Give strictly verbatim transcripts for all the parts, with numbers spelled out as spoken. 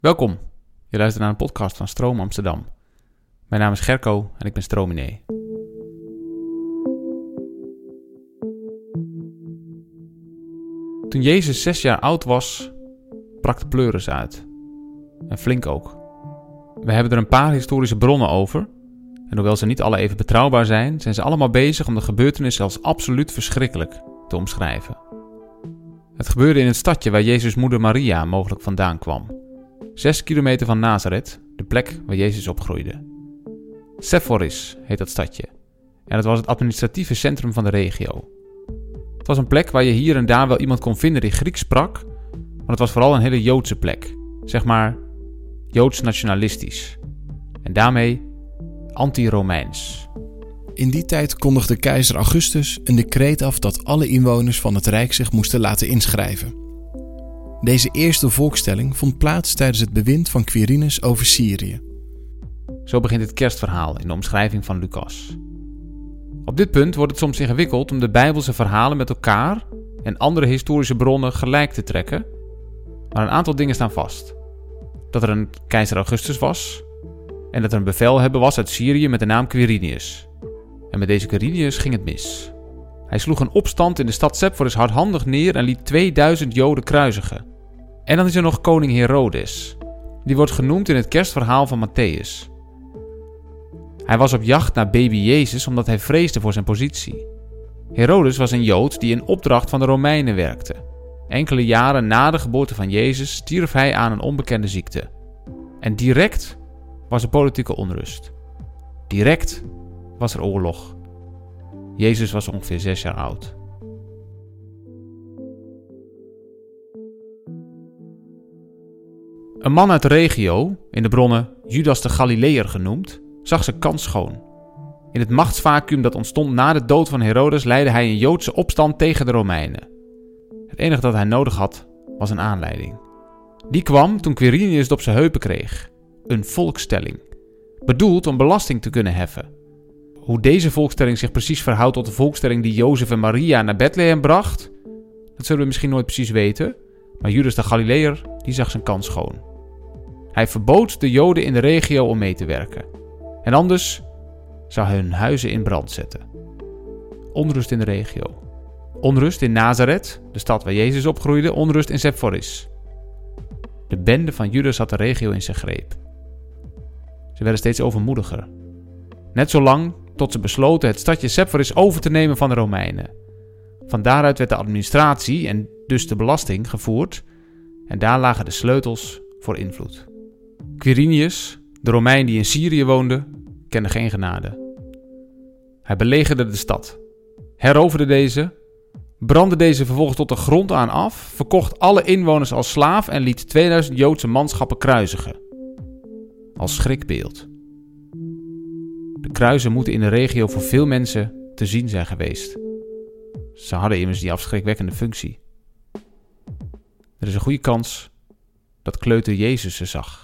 Welkom, je luistert naar een podcast van Stroom Amsterdam. Mijn naam is Gerco en ik ben strominee. Toen Jezus zes jaar oud was, brak de pleuris uit. En flink ook. We hebben er een paar historische bronnen over. En hoewel ze niet alle even betrouwbaar zijn, zijn ze allemaal bezig om de gebeurtenissen als absoluut verschrikkelijk te omschrijven. Het gebeurde in het stadje waar Jezus' moeder Maria mogelijk vandaan kwam. Zes kilometer van Nazareth, de plek waar Jezus opgroeide. Sepphoris heet dat stadje. En het was het administratieve centrum van de regio. Het was een plek waar je hier en daar wel iemand kon vinden die Grieks sprak, maar het was vooral een hele Joodse plek. Zeg maar Joods-nationalistisch. En daarmee anti-Romeins. In die tijd kondigde keizer Augustus een decreet af dat alle inwoners van het Rijk zich moesten laten inschrijven. Deze eerste volkstelling vond plaats tijdens het bewind van Quirinus over Syrië. Zo begint het kerstverhaal in de omschrijving van Lucas. Op dit punt wordt het soms ingewikkeld om de Bijbelse verhalen met elkaar en andere historische bronnen gelijk te trekken, maar een aantal dingen staan vast. Dat er een keizer Augustus was en dat er een bevelhebber was uit Syrië met de naam Quirinius. En met deze Quirinius ging het mis. Hij sloeg een opstand in de stad Sepphoris hardhandig neer en liet tweeduizend Joden kruisigen. En dan is er nog koning Herodes. Die wordt genoemd in het kerstverhaal van Matthäus. Hij was op jacht naar baby Jezus omdat hij vreesde voor zijn positie. Herodes was een Jood die in opdracht van de Romeinen werkte. Enkele jaren na de geboorte van Jezus stierf hij aan een onbekende ziekte. En direct was er politieke onrust. Direct was er oorlog. Jezus was ongeveer zes jaar oud. Een man uit de regio, in de bronnen Judas de Galileër genoemd, zag zijn kans schoon. In het machtsvacuüm dat ontstond na de dood van Herodes leidde hij een Joodse opstand tegen de Romeinen. Het enige dat hij nodig had, was een aanleiding. Die kwam toen Quirinius het op zijn heupen kreeg. Een volkstelling. Bedoeld om belasting te kunnen heffen. Hoe deze volkstelling zich precies verhoudt tot de volkstelling die Jozef en Maria naar Bethlehem bracht, dat zullen we misschien nooit precies weten, maar Judas de Galileër, die zag zijn kans schoon. Hij verbood de Joden in de regio om mee te werken. En anders zou hij hun huizen in brand zetten. Onrust in de regio. Onrust in Nazareth, de stad waar Jezus opgroeide, onrust in Sepphoris. De bende van Judas had de regio in zijn greep. Ze werden steeds overmoediger. Net zo lang tot ze besloten het stadje Sepphoris over te nemen van de Romeinen. Van daaruit werd de administratie en dus de belasting gevoerd en daar lagen de sleutels voor invloed. Quirinius, de Romein die in Syrië woonde, kende geen genade. Hij belegerde de stad, heroverde deze, brandde deze vervolgens tot de grond aan af, verkocht alle inwoners als slaaf en liet tweeduizend Joodse manschappen kruisigen. Als schrikbeeld. De kruisen moeten in de regio voor veel mensen te zien zijn geweest. Ze hadden immers die afschrikwekkende functie. Er is een goede kans dat kleuter Jezus ze zag.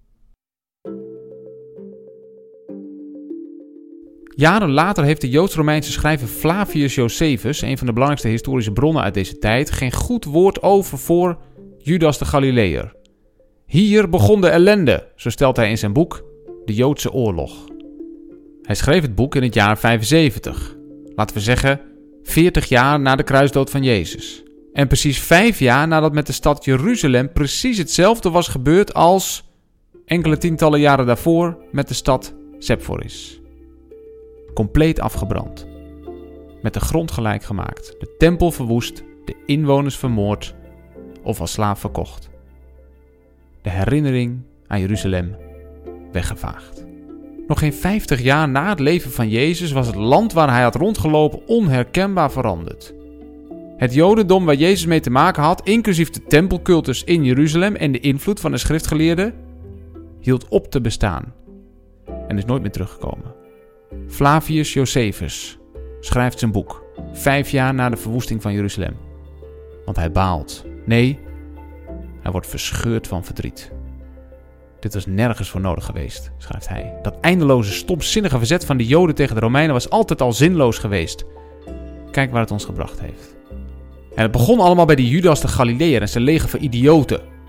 Jaren later heeft de Joods-Romeinse schrijver Flavius Josephus, een van de belangrijkste historische bronnen uit deze tijd, geen goed woord over voor Judas de Galileër. Hier begon de ellende, zo stelt hij in zijn boek De Joodse Oorlog. Hij schreef het boek in het jaar vijfenzeventig. Laten we zeggen veertig jaar na de kruisdood van Jezus. En precies vijf jaar nadat met de stad Jeruzalem precies hetzelfde was gebeurd als enkele tientallen jaren daarvoor met de stad Sepphoris. Compleet afgebrand. Met de grond gelijk gemaakt. De tempel verwoest, de inwoners vermoord of als slaaf verkocht. De herinnering aan Jeruzalem weggevaagd. Nog geen vijftig jaar na het leven van Jezus was het land waar hij had rondgelopen onherkenbaar veranderd. Het Jodendom waar Jezus mee te maken had, inclusief de tempelcultus in Jeruzalem en de invloed van de schriftgeleerden, hield op te bestaan en is nooit meer teruggekomen. Flavius Josephus schrijft zijn boek, vijf jaar na de verwoesting van Jeruzalem. Want hij baalt. Nee, hij wordt verscheurd van verdriet. Dit was nergens voor nodig geweest, schrijft hij. Dat eindeloze, stomzinnige verzet van de Joden tegen de Romeinen was altijd al zinloos geweest. Kijk waar het ons gebracht heeft. En het begon allemaal bij die Judas de Galileër en zijn leger van idioten.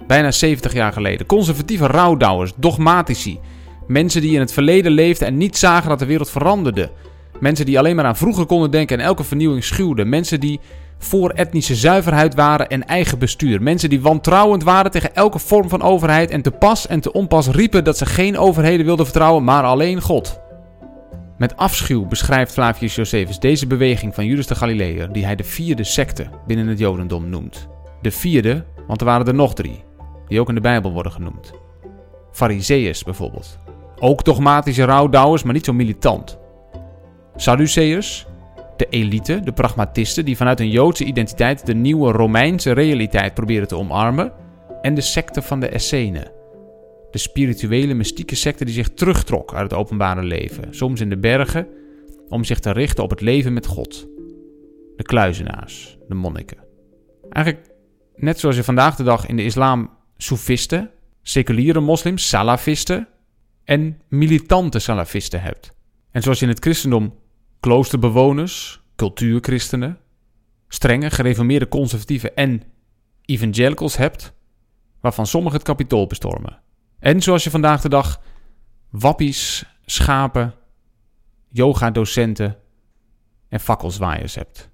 Bijna zeventig jaar geleden. Conservatieve rouwdouwers, dogmatici. Mensen die in het verleden leefden en niet zagen dat de wereld veranderde. Mensen die alleen maar aan vroeger konden denken en elke vernieuwing schuwden. Mensen die voor etnische zuiverheid waren en eigen bestuur. Mensen die wantrouwend waren tegen elke vorm van overheid en te pas en te onpas riepen dat ze geen overheden wilden vertrouwen, maar alleen God. Met afschuw beschrijft Flavius Josephus deze beweging van Judas de Galileër, die hij de vierde secte binnen het Jodendom noemt. De vierde, want er waren er nog drie, die ook in de Bijbel worden genoemd. Farizeeërs bijvoorbeeld. Ook dogmatische rouwdouwers, maar niet zo militant. Sadduceërs, de elite, de pragmatisten die vanuit een Joodse identiteit de nieuwe Romeinse realiteit proberen te omarmen. En de secte van de Essenen. De spirituele, mystieke secte die zich terugtrok uit het openbare leven. Soms in de bergen, om zich te richten op het leven met God. De kluizenaars, de monniken. Eigenlijk net zoals je vandaag de dag in de islam soefisten, seculiere moslims, salafisten en militante salafisten hebt. En zoals je in het christendom kloosterbewoners, cultuurchristenen, strenge, gereformeerde conservatieven en evangelicals hebt, waarvan sommigen het kapitool bestormen. En zoals je vandaag de dag wappies, schapen, yogadocenten en fakkelzwaaiers hebt.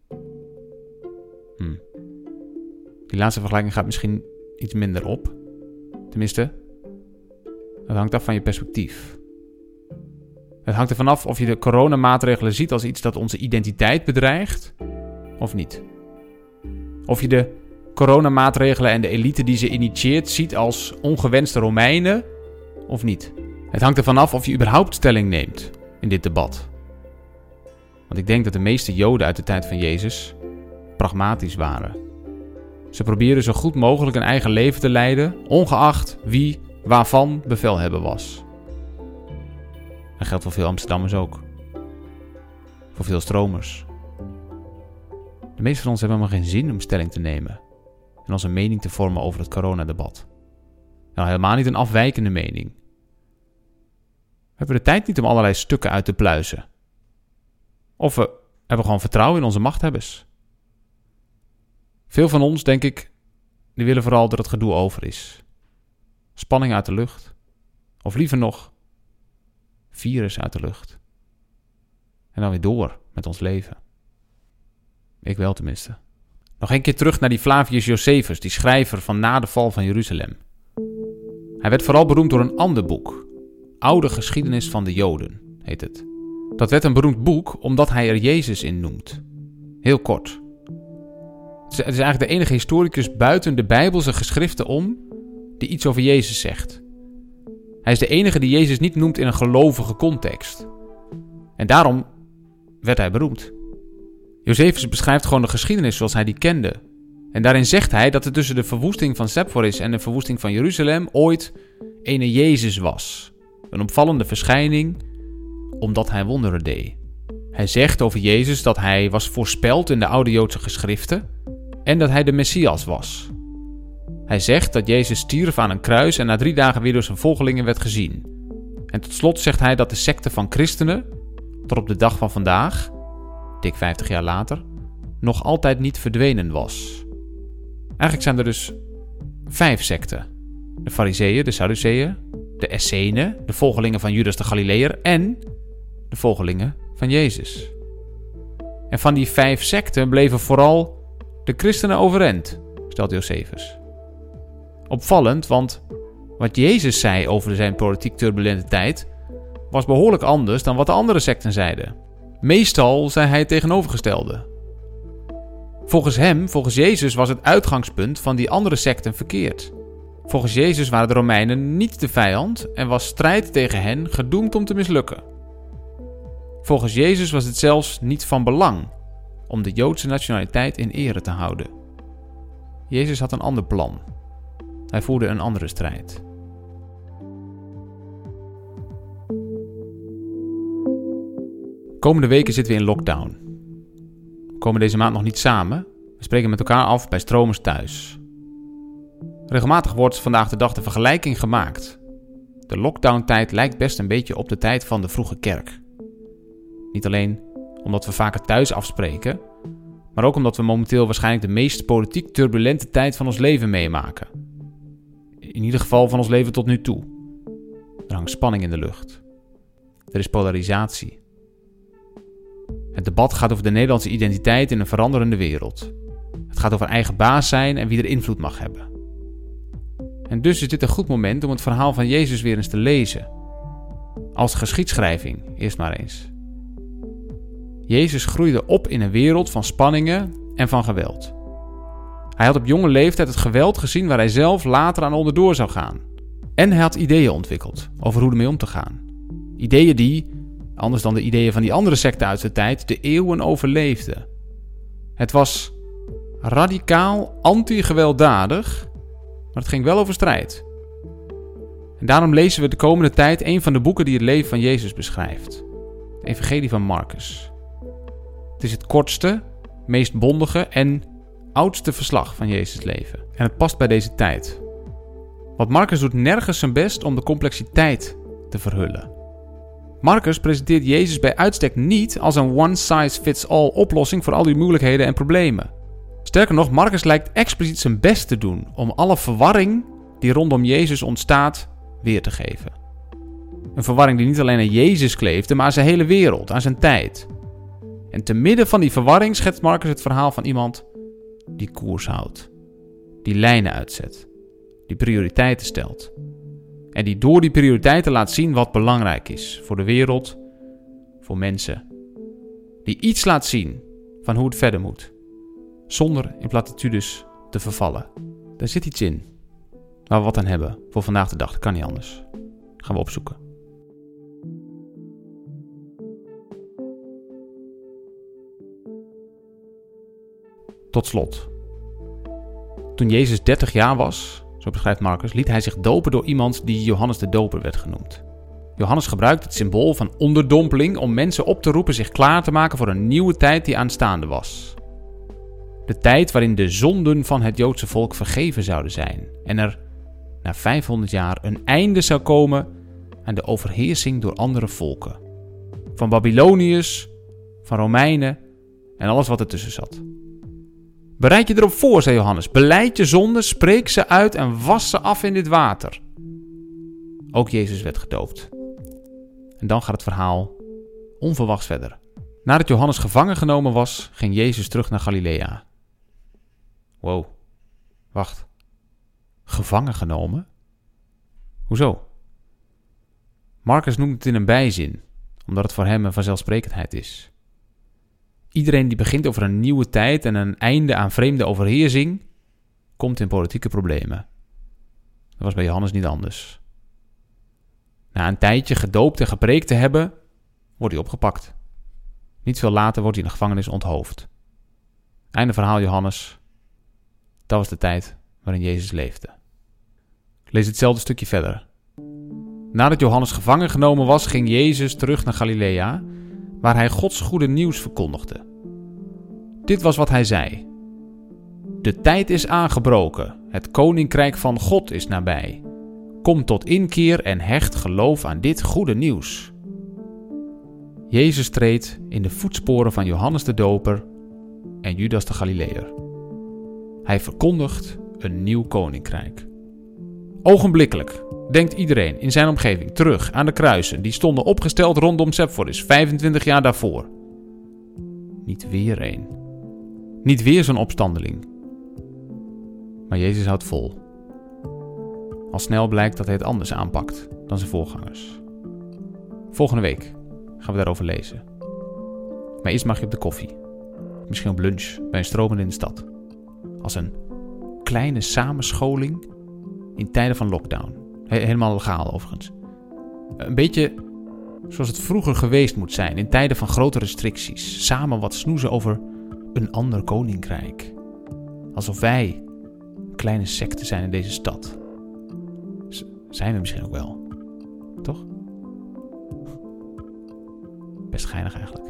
Hm. Die laatste vergelijking gaat misschien iets minder op. Tenminste, dat hangt af van je perspectief. Het hangt ervan af of je de coronamaatregelen ziet als iets dat onze identiteit bedreigt, of niet. Of je de coronamaatregelen en de elite die ze initieert ziet als ongewenste Romeinen, of niet. Het hangt ervan af of je überhaupt stelling neemt in dit debat. Want ik denk dat de meeste Joden uit de tijd van Jezus pragmatisch waren. Ze probeerden zo goed mogelijk een eigen leven te leiden, ongeacht wie waarvan bevelhebber was. Dat geldt voor veel Amsterdammers ook. Voor veel stromers. De meeste van ons hebben helemaal geen zin om stelling te nemen en onze mening te vormen over het coronadebat. Nou, helemaal niet een afwijkende mening. We hebben de tijd niet om allerlei stukken uit te pluizen. Of we hebben gewoon vertrouwen in onze machthebbers. Veel van ons, denk ik, die willen vooral dat het gedoe over is. Spanning uit de lucht. Of liever nog, virus uit de lucht. En dan weer door met ons leven. Ik wel tenminste. Nog een keer terug naar die Flavius Josephus, die schrijver van na de val van Jeruzalem. Hij werd vooral beroemd door een ander boek. Oude geschiedenis van de Joden, heet het. Dat werd een beroemd boek omdat hij er Jezus in noemt. Heel kort. Het is, het is eigenlijk de enige historicus buiten de Bijbelse geschriften om die iets over Jezus zegt. Hij is de enige die Jezus niet noemt in een gelovige context. En daarom werd hij beroemd. Josephus beschrijft gewoon de geschiedenis zoals hij die kende. En daarin zegt hij dat er tussen de verwoesting van Sepphoris en de verwoesting van Jeruzalem ooit ene Jezus was. Een opvallende verschijning, omdat hij wonderen deed. Hij zegt over Jezus dat hij was voorspeld in de oude Joodse geschriften en dat hij de Messias was. Hij zegt dat Jezus stierf aan een kruis en na drie dagen weer door zijn volgelingen werd gezien. En tot slot zegt hij dat de secte van christenen, tot op de dag van vandaag, dik vijftig jaar later, nog altijd niet verdwenen was. Eigenlijk zijn er dus vijf secten. De Farizeeën, de Sadduceeën, de Essenen, de volgelingen van Judas de Galileër en de volgelingen van Jezus. En van die vijf secten bleven vooral de christenen overeind, stelt Josephus. Opvallend, want wat Jezus zei over zijn politiek turbulente tijd was behoorlijk anders dan wat de andere secten zeiden. Meestal zei hij het tegenovergestelde. Volgens hem, volgens Jezus, was het uitgangspunt van die andere secten verkeerd. Volgens Jezus waren de Romeinen niet de vijand en was strijd tegen hen gedoemd om te mislukken. Volgens Jezus was het zelfs niet van belang om de Joodse nationaliteit in ere te houden. Jezus had een ander plan. Hij voerde een andere strijd. Komende weken zitten we in lockdown. We komen deze maand nog niet samen. We spreken met elkaar af bij stromers thuis. Regelmatig wordt vandaag de dag de vergelijking gemaakt. De lockdown-tijd lijkt best een beetje op de tijd van de vroege kerk. Niet alleen omdat we vaker thuis afspreken, maar ook omdat we momenteel waarschijnlijk de meest politiek turbulente tijd van ons leven meemaken. In ieder geval van ons leven tot nu toe. Er hangt spanning in de lucht. Er is polarisatie. Het debat gaat over de Nederlandse identiteit in een veranderende wereld. Het gaat over eigen baas zijn en wie er invloed mag hebben. En dus is dit een goed moment om het verhaal van Jezus weer eens te lezen. Als geschiedschrijving, eerst maar eens. Jezus groeide op in een wereld van spanningen en van geweld. Hij had op jonge leeftijd het geweld gezien waar hij zelf later aan onderdoor zou gaan. En hij had ideeën ontwikkeld over hoe ermee om te gaan. Ideeën die, anders dan de ideeën van die andere secten uit zijn tijd, de eeuwen overleefden. Het was radicaal anti-gewelddadig, maar het ging wel over strijd. En daarom lezen we de komende tijd een van de boeken die het leven van Jezus beschrijft. Het Evangelie van Marcus. Het is het kortste, meest bondige en oudste verslag van Jezus' leven. En het past bij deze tijd. Want Marcus doet nergens zijn best om de complexiteit te verhullen. Marcus presenteert Jezus bij uitstek niet als een one-size-fits-all oplossing voor al die moeilijkheden en problemen. Sterker nog, Marcus lijkt expliciet zijn best te doen om alle verwarring die rondom Jezus ontstaat weer te geven. Een verwarring die niet alleen aan Jezus kleefde, maar aan zijn hele wereld, aan zijn tijd. En te midden van die verwarring schetst Marcus het verhaal van iemand die koers houdt, die lijnen uitzet, die prioriteiten stelt. En die door die prioriteiten laat zien wat belangrijk is voor de wereld, voor mensen. Die iets laat zien van hoe het verder moet, zonder in platitudes te vervallen. Daar zit iets in waar we wat aan hebben voor vandaag de dag. Dat kan niet anders. Dat gaan we opzoeken. Tot slot. Toen Jezus dertig jaar was, zo beschrijft Marcus, liet hij zich dopen door iemand die Johannes de Doper werd genoemd. Johannes gebruikt het symbool van onderdompeling om mensen op te roepen zich klaar te maken voor een nieuwe tijd die aanstaande was. De tijd waarin de zonden van het Joodse volk vergeven zouden zijn en er na vijfhonderd jaar een einde zou komen aan de overheersing door andere volken. Van Babyloniërs, van Romeinen en alles wat ertussen zat. Bereid je erop voor, zei Johannes. Belijd je zonden, spreek ze uit en was ze af in dit water. Ook Jezus werd gedoopt. En dan gaat het verhaal onverwachts verder. Nadat Johannes gevangen genomen was, ging Jezus terug naar Galilea. Wow, wacht. Gevangen genomen? Hoezo? Marcus noemt het in een bijzin, omdat het voor hem een vanzelfsprekendheid is. Iedereen die begint over een nieuwe tijd en een einde aan vreemde overheersing, komt in politieke problemen. Dat was bij Johannes niet anders. Na een tijdje gedoopt en gepreekt te hebben, wordt hij opgepakt. Niet veel later wordt hij in de gevangenis onthoofd. Einde verhaal Johannes. Dat was de tijd waarin Jezus leefde. Ik lees hetzelfde stukje verder. Nadat Johannes gevangen genomen was, ging Jezus terug naar Galilea, waar hij Gods goede nieuws verkondigde. Dit was wat hij zei. De tijd is aangebroken, het koninkrijk van God is nabij. Kom tot inkeer en hecht geloof aan dit goede nieuws. Jezus treedt in de voetsporen van Johannes de Doper en Judas de Galileër. Hij verkondigt een nieuw koninkrijk. Ogenblikkelijk denkt iedereen in zijn omgeving terug aan de kruisen die stonden opgesteld rondom Sepphoris vijfentwintig jaar daarvoor. Niet weer een. Niet weer zo'n opstandeling. Maar Jezus houdt vol. Al snel blijkt dat hij het anders aanpakt dan zijn voorgangers. Volgende week gaan we daarover lezen. Maar eerst mag je op de koffie. Misschien op lunch bij een stromen in de stad. Als een kleine samenscholing in tijden van lockdown. He- helemaal legaal overigens. Een beetje zoals het vroeger geweest moet zijn in tijden van grote restricties. Samen wat snoezen over een ander koninkrijk. Alsof wij een kleine secte zijn in deze stad. Z- zijn we misschien ook wel. Toch? Best geinig eigenlijk.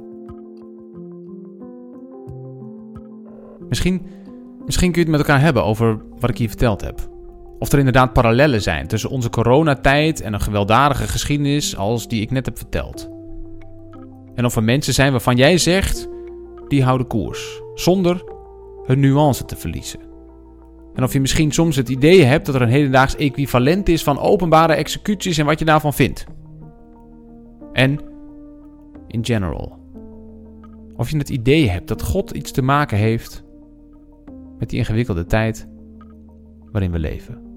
Misschien, misschien kun je het met elkaar hebben over wat ik hier verteld heb. Of er inderdaad parallellen zijn tussen onze coronatijd en een gewelddadige geschiedenis als die ik net heb verteld. En of er mensen zijn waarvan jij zegt, die houden koers, zonder hun nuance te verliezen. En of je misschien soms het idee hebt dat er een hedendaags equivalent is van openbare executies en wat je daarvan vindt. En in general. Of je het idee hebt dat God iets te maken heeft met die ingewikkelde tijd waarin we leven.